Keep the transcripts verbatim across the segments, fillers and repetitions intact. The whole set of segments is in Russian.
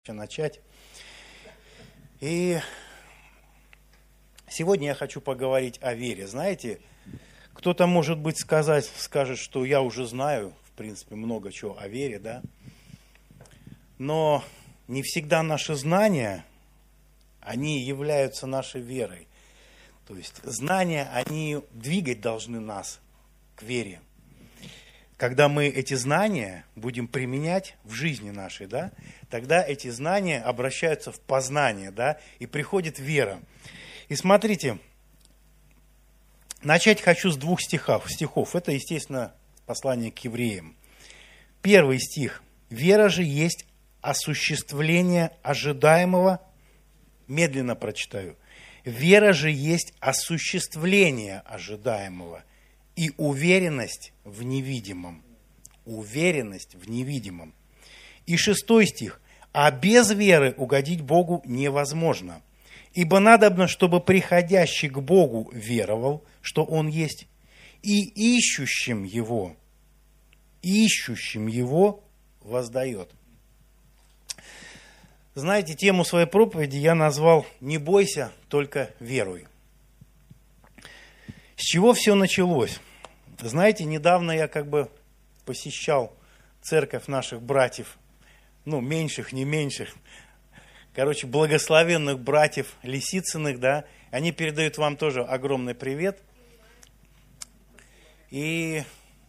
начать. И сегодня я хочу поговорить о вере. Знаете, кто-то, может быть, сказать, скажет, что я уже знаю, в принципе, много чего о вере, да. Но не всегда наши знания, они являются нашей верой. То есть знания, они двигать должны нас к вере. Когда мы эти знания будем применять в жизни нашей, да, тогда эти знания обращаются в познание, да, и приходит вера. И смотрите, начать хочу с двух стихов. стихов. Это, естественно, послание к евреям. Первый стих. «Вера же есть осуществление ожидаемого». Медленно прочитаю. «Вера же есть осуществление ожидаемого и уверенность в невидимом». Уверенность в невидимом. И шестой стих. «А без веры угодить Богу невозможно. Ибо надобно, чтобы приходящий к Богу веровал, что Он есть, и ищущим Его, ищущим Его воздает». Знаете, тему своей проповеди я назвал «Не бойся, только веруй». С чего все началось? Знаете, недавно я как бы посещал церковь наших братьев, ну, меньших, не меньших, короче, благословенных братьев Лисицыных, да, они передают вам тоже огромный привет. И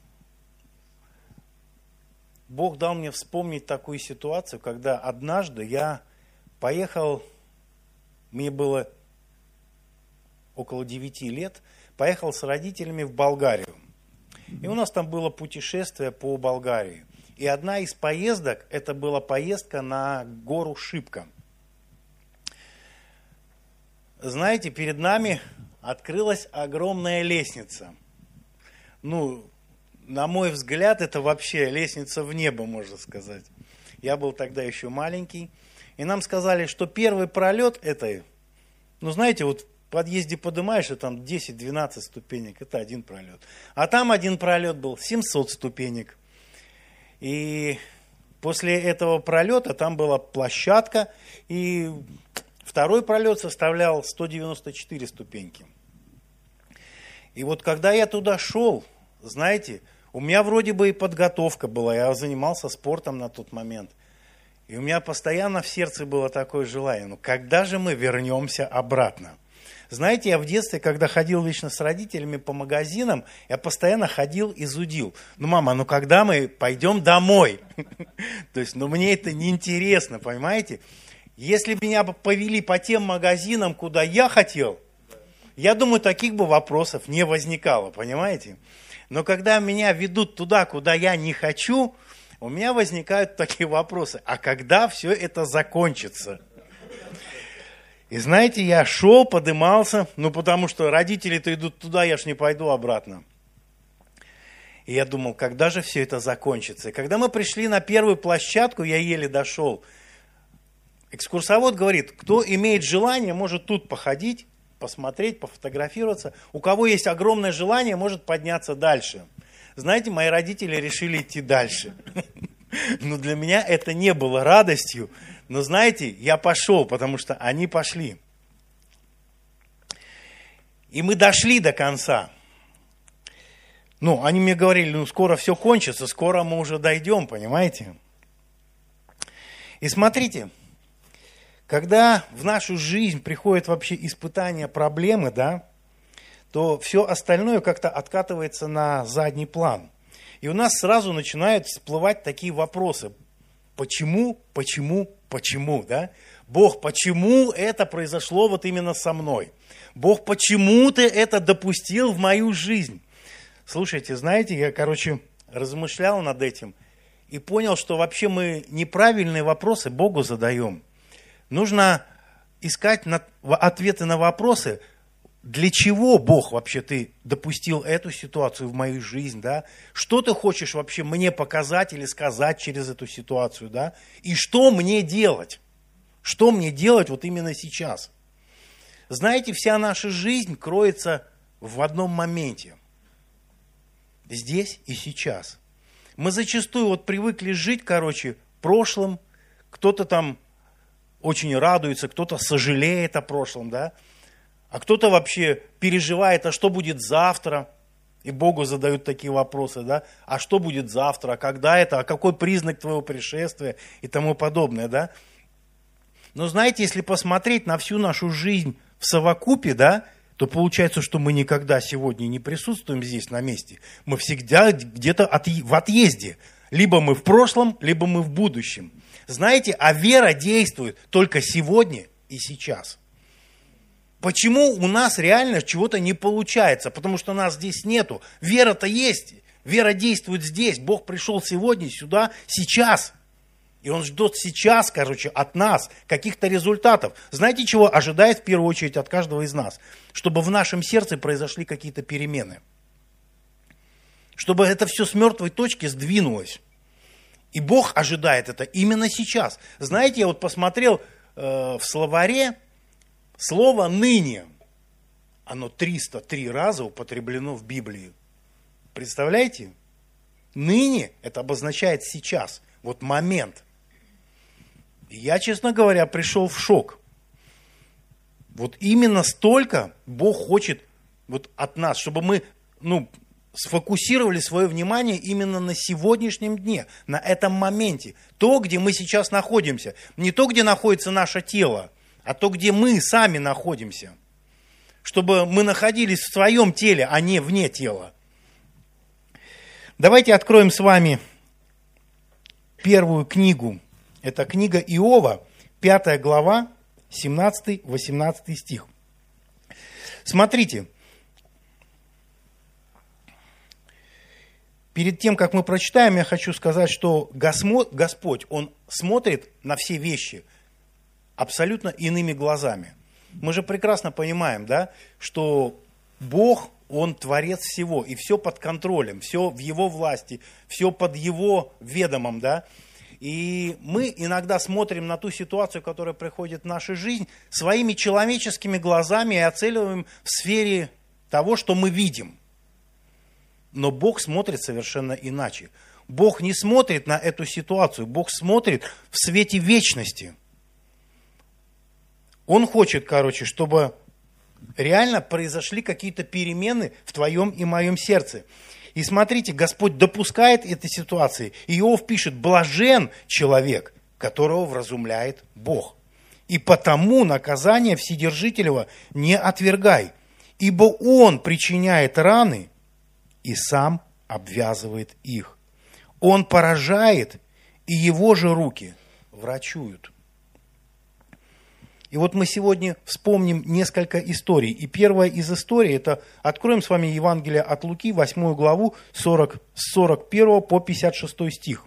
Бог дал мне вспомнить такую ситуацию, когда однажды я поехал, мне было около девяти лет, поехал с родителями в Болгарию. И у нас там было путешествие по Болгарии. И одна из поездок, это была поездка на гору Шипка. Знаете, перед нами открылась огромная лестница. Ну, на мой взгляд, это вообще лестница в небо, можно сказать. Я был тогда еще маленький. И нам сказали, что первый пролет этой, ну, знаете, вот в подъезде поднимаешь, и там десять-двенадцать ступенек, это один пролет. А там один пролет был, семьсот ступенек. И после этого пролета там была площадка, и второй пролет составлял сто девяносто четыре ступеньки. И вот когда я туда шел, знаете, у меня вроде бы и подготовка была, я занимался спортом на тот момент. И у меня постоянно в сердце было такое желание, ну когда же мы вернемся обратно? Знаете, я в детстве, когда ходил лично с родителями по магазинам, я постоянно ходил и зудил. Ну, мама, ну когда мы пойдем домой? То есть, ну мне это неинтересно, понимаете? Если бы меня повели по тем магазинам, куда я хотел, я думаю, таких бы вопросов не возникало, понимаете? Но когда меня ведут туда, куда я не хочу, у меня возникают такие вопросы. А когда все это закончится? И знаете, я шел, подымался, ну потому что родители-то идут туда, я ж не пойду обратно. И я думал, когда же все это закончится? И когда мы пришли на первую площадку, я еле дошел. Экскурсовод говорит, кто имеет желание, может тут походить, посмотреть, пофотографироваться. У кого есть огромное желание, может подняться дальше. Знаете, мои родители решили идти дальше. Но для меня это не было радостью. Но знаете, я пошел, потому что они пошли. И мы дошли до конца. Ну, они мне говорили, ну, скоро все кончится, скоро мы уже дойдем, понимаете? И смотрите, когда в нашу жизнь приходят вообще испытания, проблемы, да, то все остальное как-то откатывается на задний план. И у нас сразу начинают всплывать такие вопросы. Почему, почему, почему, да? Бог, почему это произошло вот именно со мной? Бог, почему ты это допустил в мою жизнь? Слушайте, знаете, я, короче, размышлял над этим и понял, что вообще мы неправильные вопросы Богу задаем. Нужно искать ответы на вопросы, для чего, Бог, вообще ты допустил эту ситуацию в мою жизнь, да? Что ты хочешь вообще мне показать или сказать через эту ситуацию, да? И что мне делать? Что мне делать вот именно сейчас? Знаете, вся наша жизнь кроется в одном моменте. Здесь и сейчас. Мы зачастую вот привыкли жить, короче, прошлым. Кто-то там очень радуется, кто-то сожалеет о прошлом, да? А кто-то вообще переживает, а что будет завтра? И Богу задают такие вопросы, да? А что будет завтра? А когда это? А какой признак твоего пришествия? И тому подобное, да? Но знаете, если посмотреть на всю нашу жизнь в совокупе, да, то получается, что мы никогда сегодня не присутствуем здесь на месте. Мы всегда где-то от, в отъезде. Либо мы в прошлом, либо мы в будущем. Знаете, а вера действует только сегодня и сейчас. Почему у нас реально чего-то не получается? Потому что нас здесь нету. Вера-то есть. Вера действует здесь. Бог пришел сегодня, сюда, сейчас. И Он ждет сейчас, короче, от нас каких-то результатов. Знаете, чего ожидает в первую очередь от каждого из нас? Чтобы в нашем сердце произошли какие-то перемены. Чтобы это все с мертвой точки сдвинулось. И Бог ожидает это именно сейчас. Знаете, я вот посмотрел э, в словаре слово «ныне». Оно триста три раза употреблено в Библии. Представляете? Ныне это обозначает сейчас. Вот момент. Я, честно говоря, пришел в шок. Вот именно столько Бог хочет вот от нас, чтобы мы, ну, сфокусировали свое внимание именно на сегодняшнем дне, на этом моменте. То, где мы сейчас находимся. Не то, где находится наше тело, а то, где мы сами находимся. Чтобы мы находились в своем теле, а не вне тела. Давайте откроем с вами первую книгу. Это книга Иова, пятая глава, семнадцатый-восемнадцатый стих. Смотрите. Перед тем, как мы прочитаем, я хочу сказать, что Господь, Он смотрит на все вещи абсолютно иными глазами. Мы же прекрасно понимаем, да, что Бог, Он творец всего, и все под контролем, все в Его власти, все под Его ведомом, да. И мы иногда смотрим на ту ситуацию, которая приходит в нашу жизнь, своими человеческими глазами и оцениваем в сфере того, что мы видим. Но Бог смотрит совершенно иначе. Бог не смотрит на эту ситуацию, Бог смотрит в свете вечности. Он хочет, короче, чтобы реально произошли какие-то перемены в твоем и моем сердце. И смотрите, Господь допускает этой ситуации. Иов пишет: блажен человек, которого вразумляет Бог. И потому наказание Вседержителева не отвергай, ибо Он причиняет раны и сам обвязывает их. Он поражает, и Его же руки врачуют. И вот мы сегодня вспомним несколько историй. И первая из историй, это откроем с вами Евангелие от Луки, восьмую главу, сорок, с сорок первого по пятьдесят шестой стих.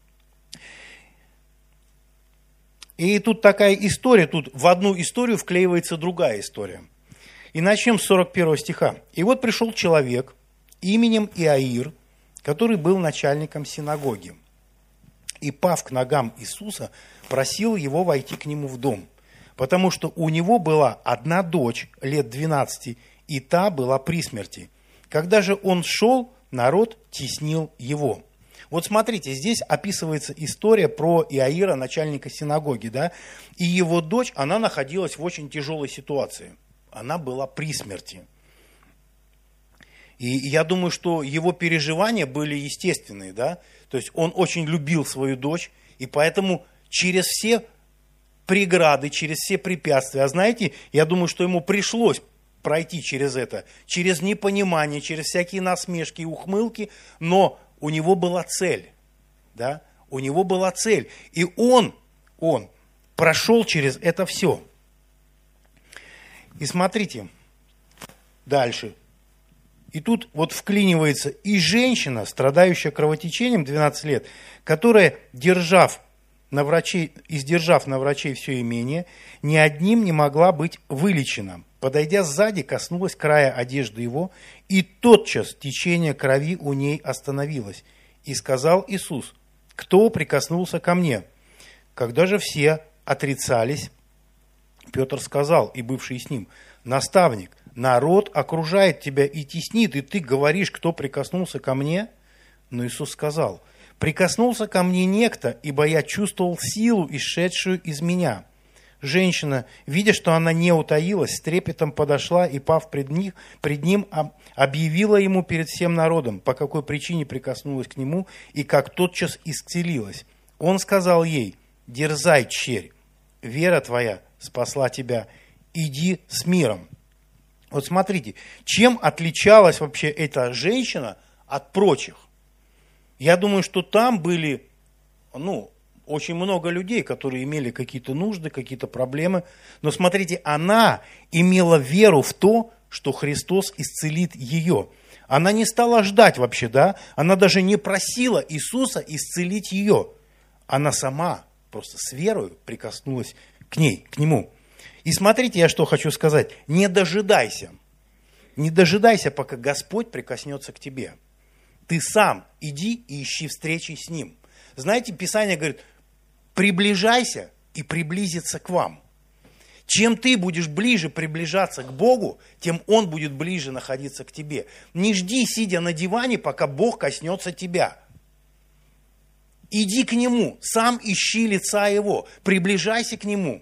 И тут такая история, тут в одну историю вклеивается другая история. И начнем с сорок первого стиха. «И вот пришел человек именем Иаир, который был начальником синагоги, и, пав к ногам Иисуса, просил его войти к нему в дом, потому что у него была одна дочь лет двенадцати, и та была при смерти. Когда же он шел, народ теснил его». Вот смотрите, здесь описывается история про Иаира, начальника синагоги, да, и его дочь, она находилась в очень тяжелой ситуации. Она была при смерти. И я думаю, что его переживания были естественные, да, то есть он очень любил свою дочь, и поэтому через все преграды, через все препятствия, а знаете, я думаю, что ему пришлось пройти через это, через непонимание, через всякие насмешки и ухмылки, но у него была цель, да, у него была цель, и он, он прошел через это все. И смотрите, дальше. И тут вот вклинивается и женщина, страдающая кровотечением двенадцать лет, которая, держав на врачей, издержав на врачей все имение, ни одним не могла быть вылечена. Подойдя сзади, коснулась края одежды его, и тотчас течение крови у ней остановилось. И сказал Иисус: «Кто прикоснулся ко мне?» Когда же все отрицались, Петр сказал, и бывший с ним: «Наставник, народ окружает тебя и теснит, и ты говоришь, кто прикоснулся ко мне?» Но Иисус сказал: «Прикоснулся ко мне некто, ибо я чувствовал силу, исшедшую из меня. женщина, видя, что она не утаилась, с трепетом подошла и, пав пред, них, пред ним, объявила ему перед всем народом, по какой причине прикоснулась к нему и как тотчас исцелилась. Он сказал ей: «Дерзай, черь, вера твоя спасла тебя, иди с миром». Вот смотрите, чем отличалась вообще эта женщина от прочих? Я думаю, что там были, ну, очень много людей, которые имели какие-то нужды, какие-то проблемы. Но смотрите, она имела веру в то, что Христос исцелит ее. Она не стала ждать вообще, да? Она даже не просила Иисуса исцелить ее. Она сама просто с верой прикоснулась к ней, к нему. И смотрите, я что хочу сказать. Не дожидайся. Не дожидайся, пока Господь прикоснется к тебе. Ты сам иди и ищи встречи с Ним. Знаете, Писание говорит: приближайся, и приблизится к вам. Чем ты будешь ближе приближаться к Богу, тем Он будет ближе находиться к тебе. Не жди, сидя на диване, пока Бог коснется тебя. Иди к Нему, сам ищи лица Его, приближайся к Нему.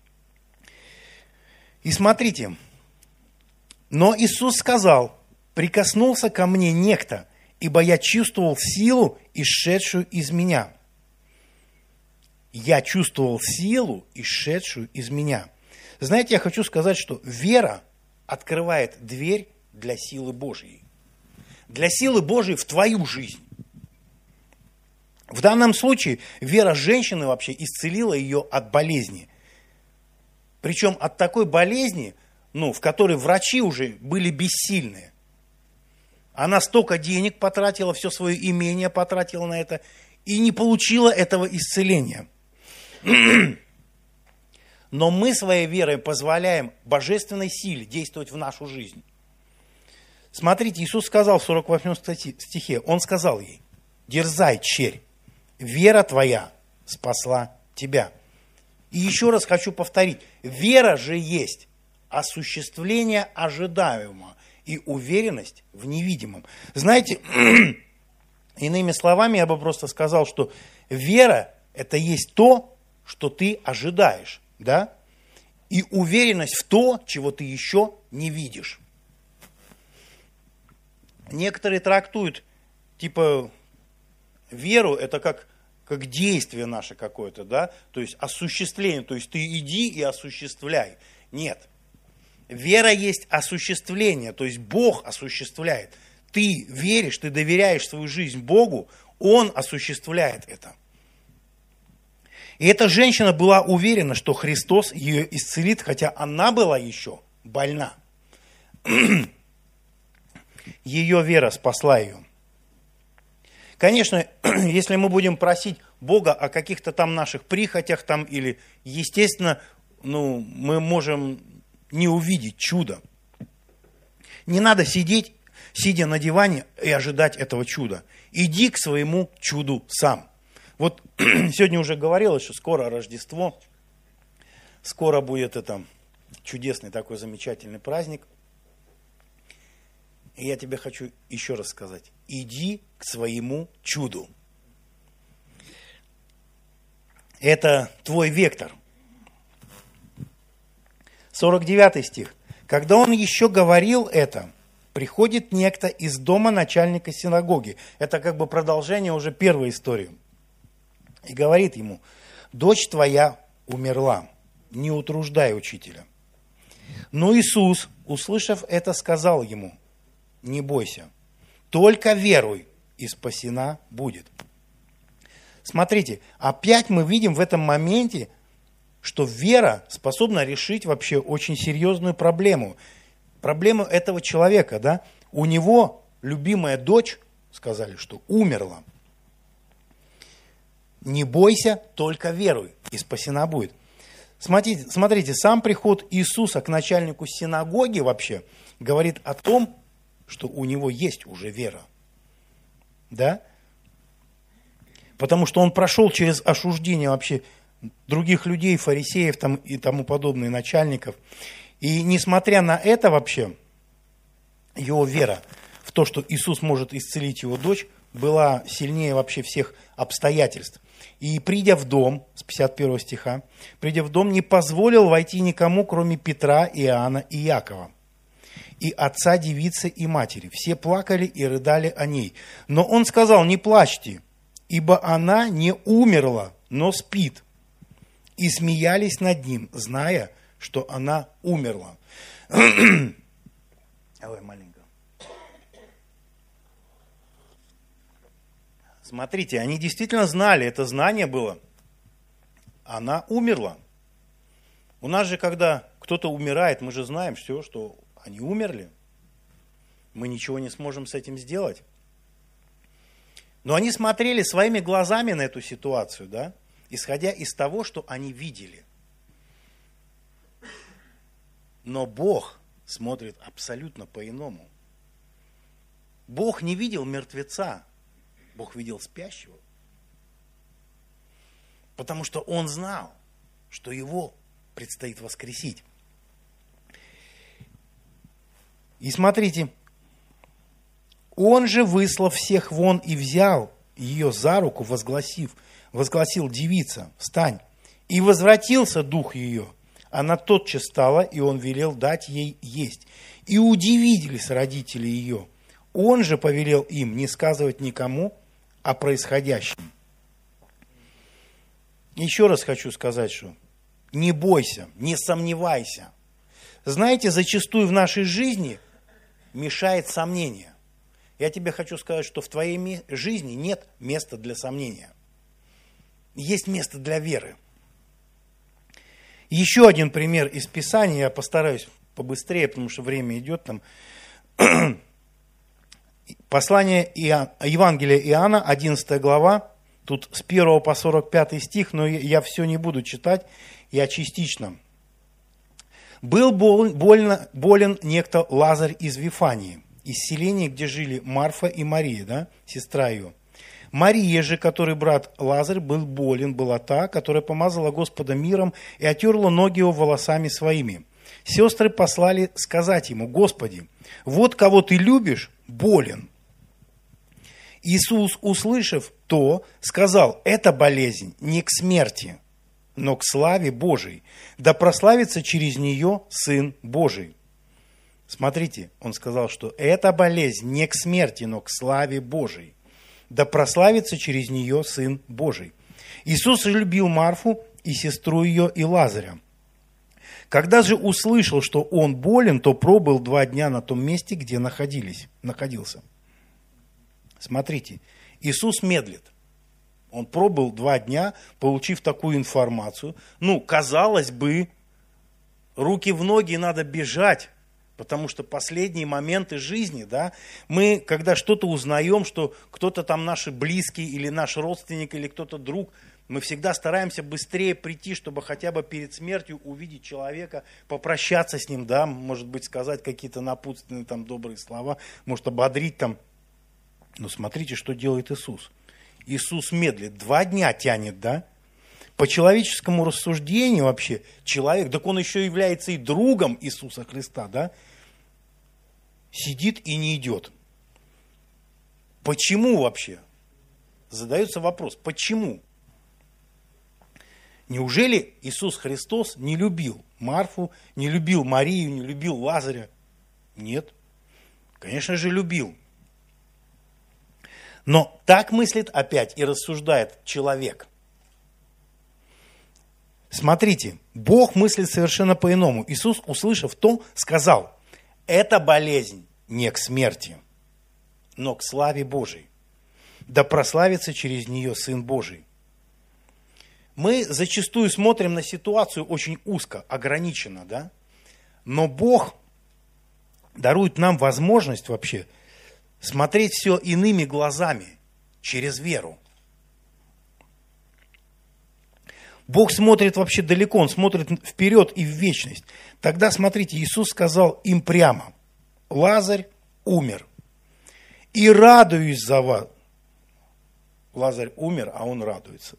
И смотрите, но Иисус сказал: прикоснулся ко мне некто, ибо я чувствовал силу, исшедшую из меня. Я чувствовал силу, исшедшую из меня. Знаете, я хочу сказать, что вера открывает дверь для силы Божьей. Для силы Божьей в твою жизнь. В данном случае вера женщины вообще исцелила ее от болезни. Причем от такой болезни, ну, в которой врачи уже были бессильны. Она столько денег потратила, все свое имение потратила на это, и не получила этого исцеления. Но мы своей верой позволяем божественной силе действовать в нашу жизнь. Смотрите, Иисус сказал в сорок восьмом стихе, Он сказал ей: «Дерзай, черь, вера твоя спасла тебя». И еще раз хочу повторить, вера же есть осуществление ожидаемого и уверенность в невидимом. Знаете, иными словами, я бы просто сказал, что вера – это есть то, что ты ожидаешь, да? И уверенность в то, чего ты еще не видишь. Некоторые трактуют, типа, веру – это как, как действие наше какое-то, да? То есть осуществление, то есть ты иди и осуществляй. Нет. Вера есть осуществление, то есть Бог осуществляет. Ты веришь, ты доверяешь свою жизнь Богу, Он осуществляет это. И эта женщина была уверена, что Христос ее исцелит, хотя она была еще больна. Ее вера спасла ее. Конечно, если мы будем просить Бога о каких-то там наших прихотях, там, или, естественно, ну, мы можем не увидеть чудо. Не надо сидеть, сидя на диване, и ожидать этого чуда. Иди к своему чуду сам. Вот сегодня уже говорилось, что скоро Рождество, скоро будет это чудесный такой замечательный праздник. И я тебе хочу еще раз сказать: иди к своему чуду. Это твой вектор. сорок девятый стих. Когда он еще говорил это, приходит некто из дома начальника синагоги. Это как бы продолжение уже первой истории. И говорит ему: дочь твоя умерла, не утруждай учителя. Но Иисус, услышав это, сказал ему: не бойся, только веруй, и спасена будет. Смотрите, опять мы видим в этом моменте, что вера способна решить вообще очень серьезную проблему. Проблему этого человека, да? У него любимая дочь, сказали, что умерла. Не бойся, только веруй, и спасена будет. Смотрите, смотрите, сам приход Иисуса к начальнику синагоги вообще говорит о том, что у него есть уже вера. Да? Потому что он прошел через осуждение вообще других людей, фарисеев там, и тому подобных начальников. И несмотря на это вообще, его вера в то, что Иисус может исцелить его дочь, была сильнее вообще всех обстоятельств. И, придя в дом, с пятьдесят первого стиха, придя в дом, не позволил войти никому, кроме Петра, Иоанна и Якова, и отца девицы и матери. Все плакали и рыдали о ней. Но он сказал: не плачьте, ибо она не умерла, но спит. И смеялись над ним, зная, что она умерла. Ой, маленько. Смотрите, они действительно знали, это знание было. Она умерла. У нас же, когда кто-то умирает, мы же знаем все, что они умерли. Мы ничего не сможем с этим сделать. Но они смотрели своими глазами на эту ситуацию, да, исходя из того, что они видели. Но Бог смотрит абсолютно по-иному. Бог не видел мертвеца, Бог видел спящего. Потому что Он знал, что его предстоит воскресить. И смотрите, Он же, выслав всех вон, и взял ее за руку, возгласив, возгласил: девица, встань. И возвратился дух ее. Она тотчас встала, и Он велел дать ей есть. И удивились родители ее. Он же повелел им не сказывать никому о происходящем. Еще раз хочу сказать, что не бойся, не сомневайся. Знаете, зачастую в нашей жизни мешает сомнение. Я тебе хочу сказать, что в твоей жизни нет места для сомнения. Есть место для веры. Еще один пример из Писания, я постараюсь побыстрее, потому что время идет там. Послание Иоанн, Евангелия Иоанна, одиннадцатая глава, тут с первого по сорок пятый стих, но я все не буду читать, я частично. «Был больно, болен некто Лазарь из Вифании, из селения, где жили Марфа и Мария, да, сестра ее. Мария же, который брат Лазарь, был болен, была та, которая помазала Господа миром и отерла ноги его волосами своими. Сестры послали сказать ему: Господи, вот кого ты любишь, болен. Иисус, услышав то, сказал: эта болезнь не к смерти, но к славе Божией, да прославится через нее Сын Божий». Смотрите, он сказал, что эта болезнь не к смерти, но к славе Божией, да прославится через нее Сын Божий. Иисус любил Марфу и сестру ее и Лазаря. Когда же услышал, что он болен, то пробыл два дня на том месте, где находились, находился. Смотрите, Иисус медлит. Он пробыл два дня, получив такую информацию. Ну, казалось бы, руки в ноги, надо бежать, потому что последние моменты жизни, да, мы, когда что-то узнаем, что кто-то там наш близкий или наш родственник или кто-то друг, мы всегда стараемся быстрее прийти, чтобы хотя бы перед смертью увидеть человека, попрощаться с ним, да, может быть, сказать какие-то напутственные там добрые слова, может ободрить там. Но смотрите, что делает Иисус. Иисус медлит, два дня тянет, да. По человеческому рассуждению вообще человек, так он еще является и другом Иисуса Христа, да, сидит и не идет. Почему вообще? Задается вопрос, почему? Неужели Иисус Христос не любил Марфу, не любил Марию, не любил Лазаря? Нет. Конечно же, любил. Но так мыслит опять и рассуждает человек. Смотрите, Бог мыслит совершенно по-иному. Иисус, услышав то, сказал: эта болезнь не к смерти, но к славе Божией. Да прославится через нее Сын Божий. Мы зачастую смотрим на ситуацию очень узко, ограниченно, да? Но Бог дарует нам возможность вообще смотреть все иными глазами, через веру. Бог смотрит вообще далеко, Он смотрит вперед и в вечность. Тогда, смотрите, Иисус сказал им прямо: Лазарь умер. И радуюсь за вас. Лазарь умер, а он радуется.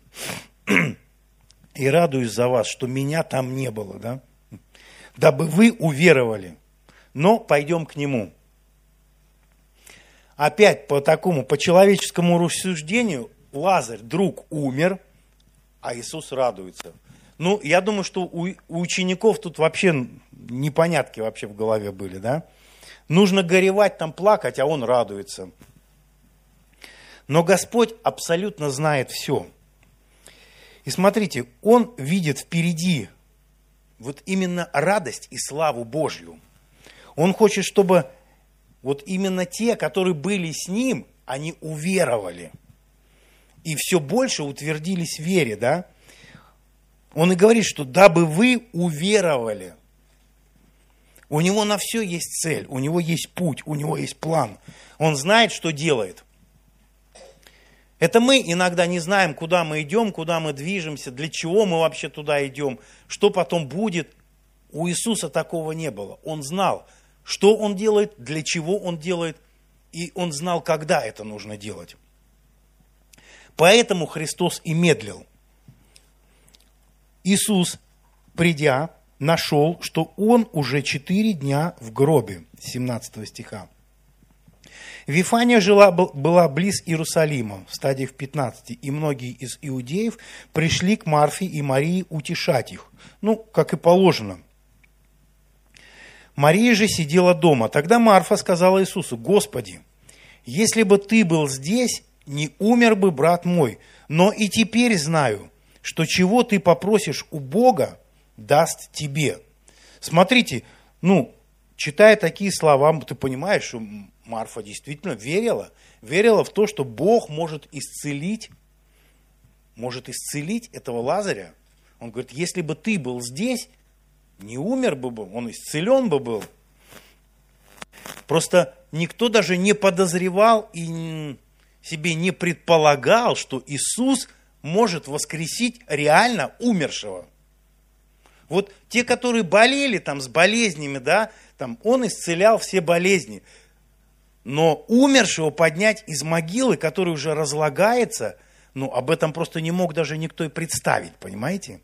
И радуюсь за вас, что меня там не было, да? Дабы вы уверовали. Но пойдем к нему. Опять по такому, по человеческому рассуждению, Лазарь, друг, умер, а Иисус радуется. Ну, я думаю, что у, у учеников тут вообще непонятки вообще в голове были, да? Нужно горевать, там плакать, а он радуется. Но Господь абсолютно знает все. И смотрите, Он видит впереди вот именно радость и славу Божью. Он хочет, чтобы вот именно те, которые были с Ним, они уверовали. И все больше утвердились в вере, да? Он и говорит, что дабы вы уверовали. У него на все есть цель, у него есть путь, у него есть план. Он знает, что делает. Это мы иногда не знаем, куда мы идем, куда мы движемся, для чего мы вообще туда идем, что потом будет. У Иисуса такого не было. Он знал, что Он делает, для чего Он делает, и Он знал, когда это нужно делать. Поэтому Христос и медлил. Иисус, придя, нашел, что Он уже четыре дня в гробе, семнадцатого стиха. Вифания жила, была близ Иерусалима, в стадиях пятнадцати, и многие из иудеев пришли к Марфе и Марии утешать их, ну, как и положено. Мария же сидела дома. Тогда Марфа сказала Иисусу: «Господи, если бы Ты был здесь, не умер бы брат мой, но и теперь знаю, что чего Ты попросишь у Бога, даст тебе». Смотрите, ну, читая такие слова, ты понимаешь, что Марфа действительно верила, верила в то, что Бог может исцелить, может исцелить этого Лазаря. Он говорит, если бы ты был здесь, не умер бы был, он исцелен бы был. Просто никто даже не подозревал и себе не предполагал, что Иисус может воскресить реально умершего. Вот те, которые болели там с болезнями, да, там он исцелял все болезни. Но умершего поднять из могилы, который уже разлагается, ну, об этом просто не мог даже никто и представить, понимаете?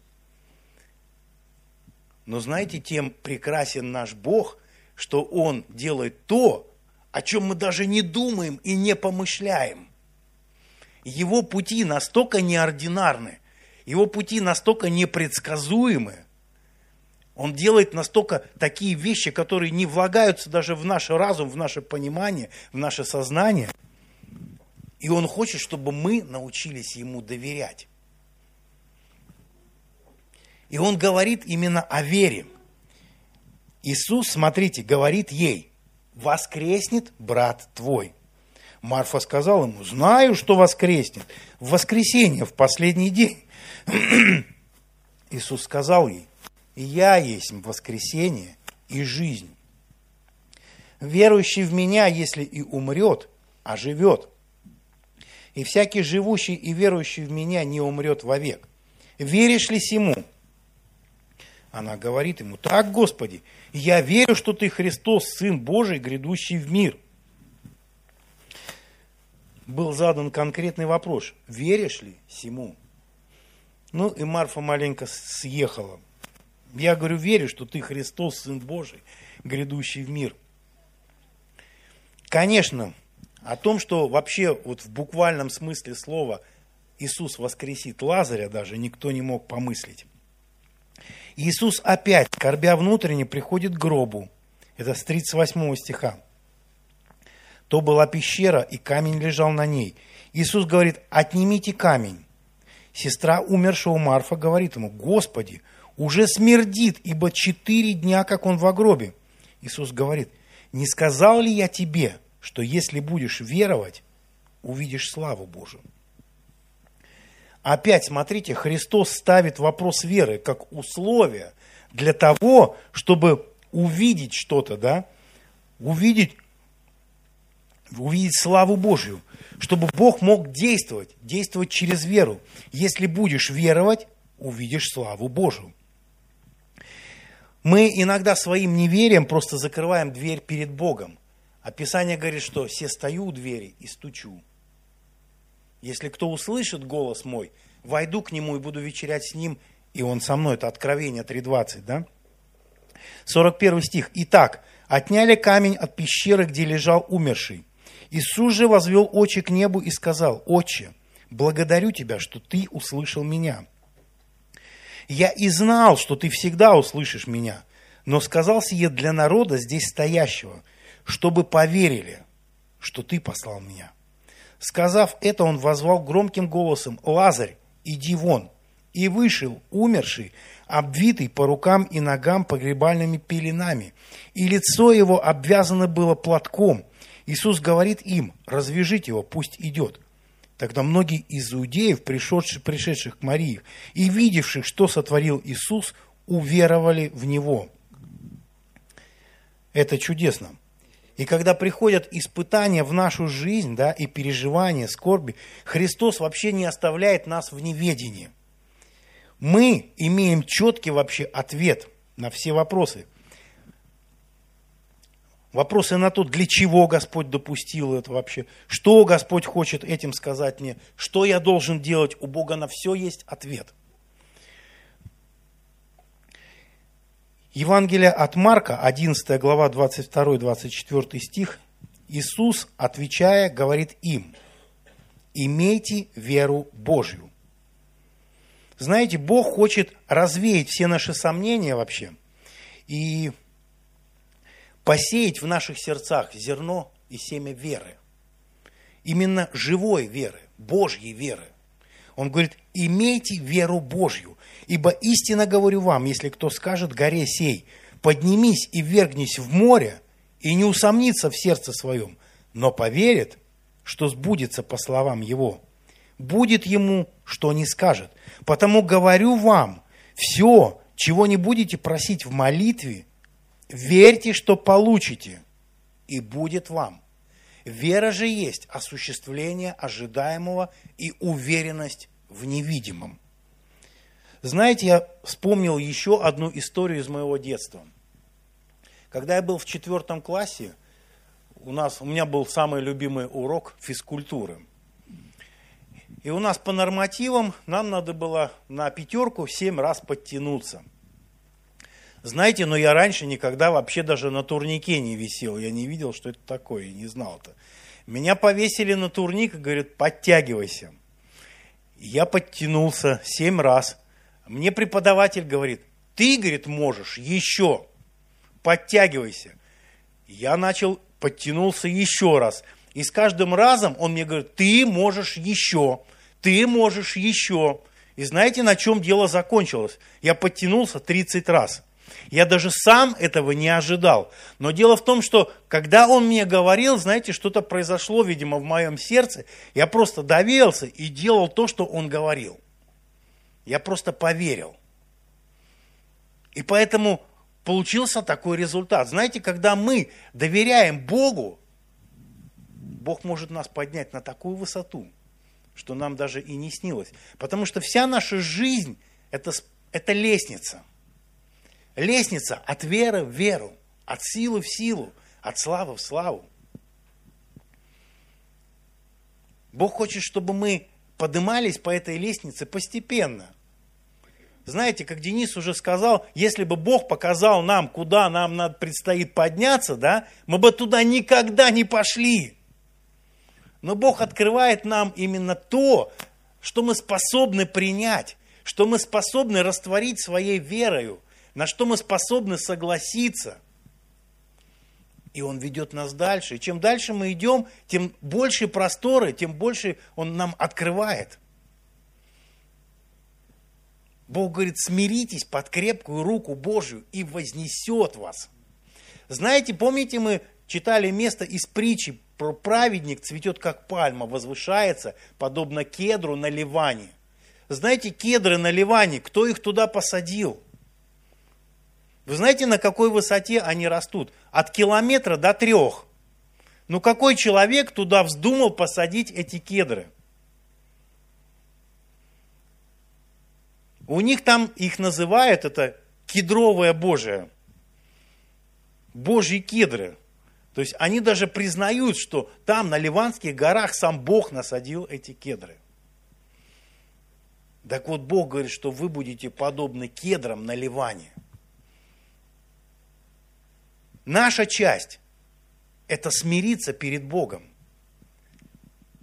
Но знаете, тем прекрасен наш Бог, что Он делает то, о чем мы даже не думаем и не помышляем. Его пути настолько неординарны, Его пути настолько непредсказуемы, Он делает настолько такие вещи, которые не влагаются даже в наш разум, в наше понимание, в наше сознание. И Он хочет, чтобы мы научились Ему доверять. И Он говорит именно о вере. Иисус, смотрите, говорит ей: «Воскреснет брат твой». Марфа сказала Ему: «Знаю, что воскреснет. В воскресенье, в последний день». Иисус сказал ей: «Я есть воскресение и жизнь. Верующий в Меня, если и умрет, оживет. И всякий живущий и верующий в Меня не умрет вовек. Веришь ли сему?» Она говорит Ему: «Так, Господи, я верю, что Ты Христос, Сын Божий, грядущий в мир». Был задан конкретный вопрос: веришь ли сему? Ну и Марфа маленько съехала. Я говорю, верю, что Ты Христос, Сын Божий, грядущий в мир. Конечно, о том, что вообще вот в буквальном смысле слова Иисус воскресит Лазаря, даже никто не мог помыслить. Иисус опять, скорбя внутренне, приходит к гробу. Это с тридцать восьмого стиха. То была пещера, и камень лежал на ней. Иисус говорит: «Отнимите камень». Сестра умершего Марфа говорит Ему: «Господи, уже смердит, ибо четыре дня, как он в гробе». Иисус говорит: «Не сказал ли я тебе, что если будешь веровать, увидишь славу Божию?» Опять, смотрите, Христос ставит вопрос веры как условие для того, чтобы увидеть что-то, да, увидеть, увидеть славу Божью, чтобы Бог мог действовать, действовать через веру. Если будешь веровать, увидишь славу Божию. Мы иногда своим неверием просто закрываем дверь перед Богом. А Писание говорит, что «се стою у двери и стучу». Если кто услышит голос мой, войду к нему и буду вечерять с ним, и он со мной. Это Откровение три двадцать, да? сорок первый стих. «Итак, отняли камень от пещеры, где лежал умерший. Иисус же возвел очи к небу и сказал: Отче, благодарю Тебя, что Ты услышал меня. Я и знал, что ты всегда услышишь меня, но сказал сие для народа здесь стоящего, чтобы поверили, что ты послал меня». Сказав это, он воззвал громким голосом: «Лазарь, иди вон!» И вышел умерший, обвитый по рукам и ногам погребальными пеленами, и лицо его обвязано было платком. Иисус говорит им: «Развяжите его, пусть идет». Тогда многие из иудеев, пришедших, пришедших к Марии и видевших, что сотворил Иисус, уверовали в Него. Это чудесно. И когда приходят испытания в нашу жизнь, да, и переживания, скорби, Христос вообще не оставляет нас в неведении. Мы имеем четкий вообще ответ на все вопросы. Вопросы на то, для чего Господь допустил это вообще, что Господь хочет этим сказать мне, что я должен делать, у Бога на все есть ответ. Евангелие от Марка, одиннадцатая глава, двадцать второй двадцать четвёртый стих, Иисус, отвечая, говорит им: «Имейте веру Божью». Знаете, Бог хочет развеять все наши сомнения вообще и посеять в наших сердцах зерно и семя веры. Именно живой веры, Божьей веры. Он говорит: имейте веру Божью, ибо истинно говорю вам, если кто скажет горе сей: поднимись и ввергнись в море, и не усомнится в сердце своем, но поверит, что сбудется по словам его, будет ему, что не скажет. Потому говорю вам, все, чего не будете просить в молитве, верьте, что получите, и будет вам. Вера же есть осуществление ожидаемого и уверенность в невидимом. Знаете, я вспомнил еще одну историю из моего детства. Когда я был в четвертом классе, у нас, у меня был самый любимый урок физкультуры. И у нас по нормативам нам надо было на пятерку семь раз подтянуться. Знаете, но я раньше никогда вообще даже на турнике не висел. Я не видел, что это такое, и не знал это. Меня повесили на турник и говорят: подтягивайся. Я подтянулся семь раз. Мне преподаватель говорит: ты, говорит, можешь еще, подтягивайся. Я начал, подтянулся еще раз. И с каждым разом он мне говорит: ты можешь еще, ты можешь еще. И знаете, на чем дело закончилось? Я подтянулся тридцать раз. Я даже сам этого не ожидал. Но дело в том, что когда он мне говорил, знаете, что-то произошло, видимо, в моем сердце. Я просто доверился и делал то, что он говорил. Я просто поверил. И поэтому получился такой результат. Знаете, когда мы доверяем Богу, Бог может нас поднять на такую высоту, что нам даже и не снилось. Потому что вся наша жизнь это, – это лестница. Лестница от веры в веру, от силы в силу, от славы в славу. Бог хочет, чтобы мы поднимались по этой лестнице постепенно. Знаете, как Денис уже сказал, если бы Бог показал нам, куда нам надо, предстоит подняться, да, мы бы туда никогда не пошли. Но Бог открывает нам именно то, что мы способны принять, что мы способны растворить своей верою, на что мы способны согласиться. И Он ведет нас дальше. И чем дальше мы идем, тем больше просторы, тем больше Он нам открывает. Бог говорит: смиритесь под крепкую руку Божью, и вознесет вас. Знаете, помните, мы читали место из притчи про праведник цветет, как пальма, возвышается, подобно кедру на Ливане. Знаете, кедры на Ливане, кто их туда посадил? Вы знаете, на какой высоте они растут? От километра до трех. Ну какой человек туда вздумал посадить эти кедры? У них там, их называют, это кедровое Божие. Божьи кедры. То есть они даже признают, что там на Ливанских горах сам Бог насадил эти кедры. Так вот, Бог говорит, что вы будете подобны кедрам на Ливане. Наша часть – это смириться перед Богом,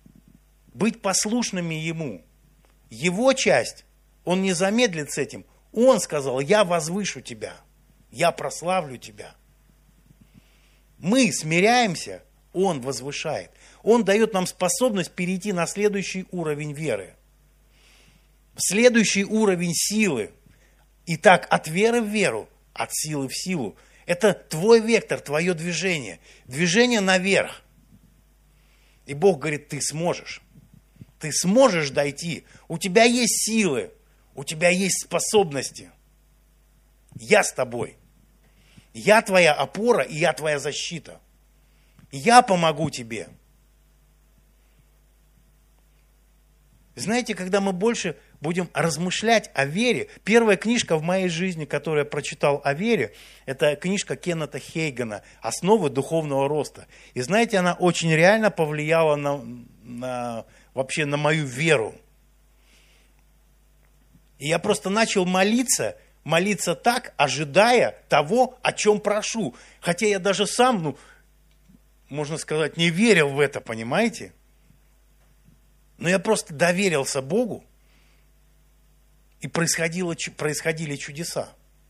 быть послушными Ему. Его часть, Он не замедлит с этим, Он сказал, я возвышу тебя, я прославлю тебя. Мы смиряемся, Он возвышает. Он дает нам способность перейти на следующий уровень веры. Следующий уровень силы. Итак, от веры в веру, от силы в силу. Это твой вектор, твое движение. Движение наверх. И Бог говорит, ты сможешь. Ты сможешь дойти. У тебя есть силы, у тебя есть способности. Я с тобой. Я твоя опора, и я твоя защита. Я помогу тебе. Знаете, когда мы больше будем размышлять о вере, первая книжка в моей жизни, которую я прочитал о вере, это книжка Кеннета Хейгана «Основы духовного роста». И знаете, она очень реально повлияла на, на, вообще на мою веру. И я просто начал молиться, молиться так, ожидая того, о чем прошу. Хотя я даже сам, ну, можно сказать, не верил в это, понимаете? Но я просто доверился Богу, и происходило, происходили чудеса.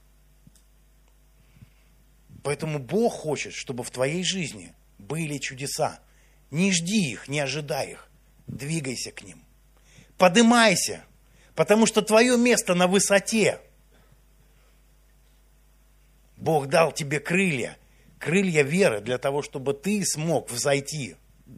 Поэтому Бог хочет, чтобы в твоей жизни были чудеса. Не жди их, не ожидай их. Двигайся к ним. Подымайся, потому что твое место на высоте. Бог дал тебе крылья, крылья веры для того, чтобы ты смог взойти.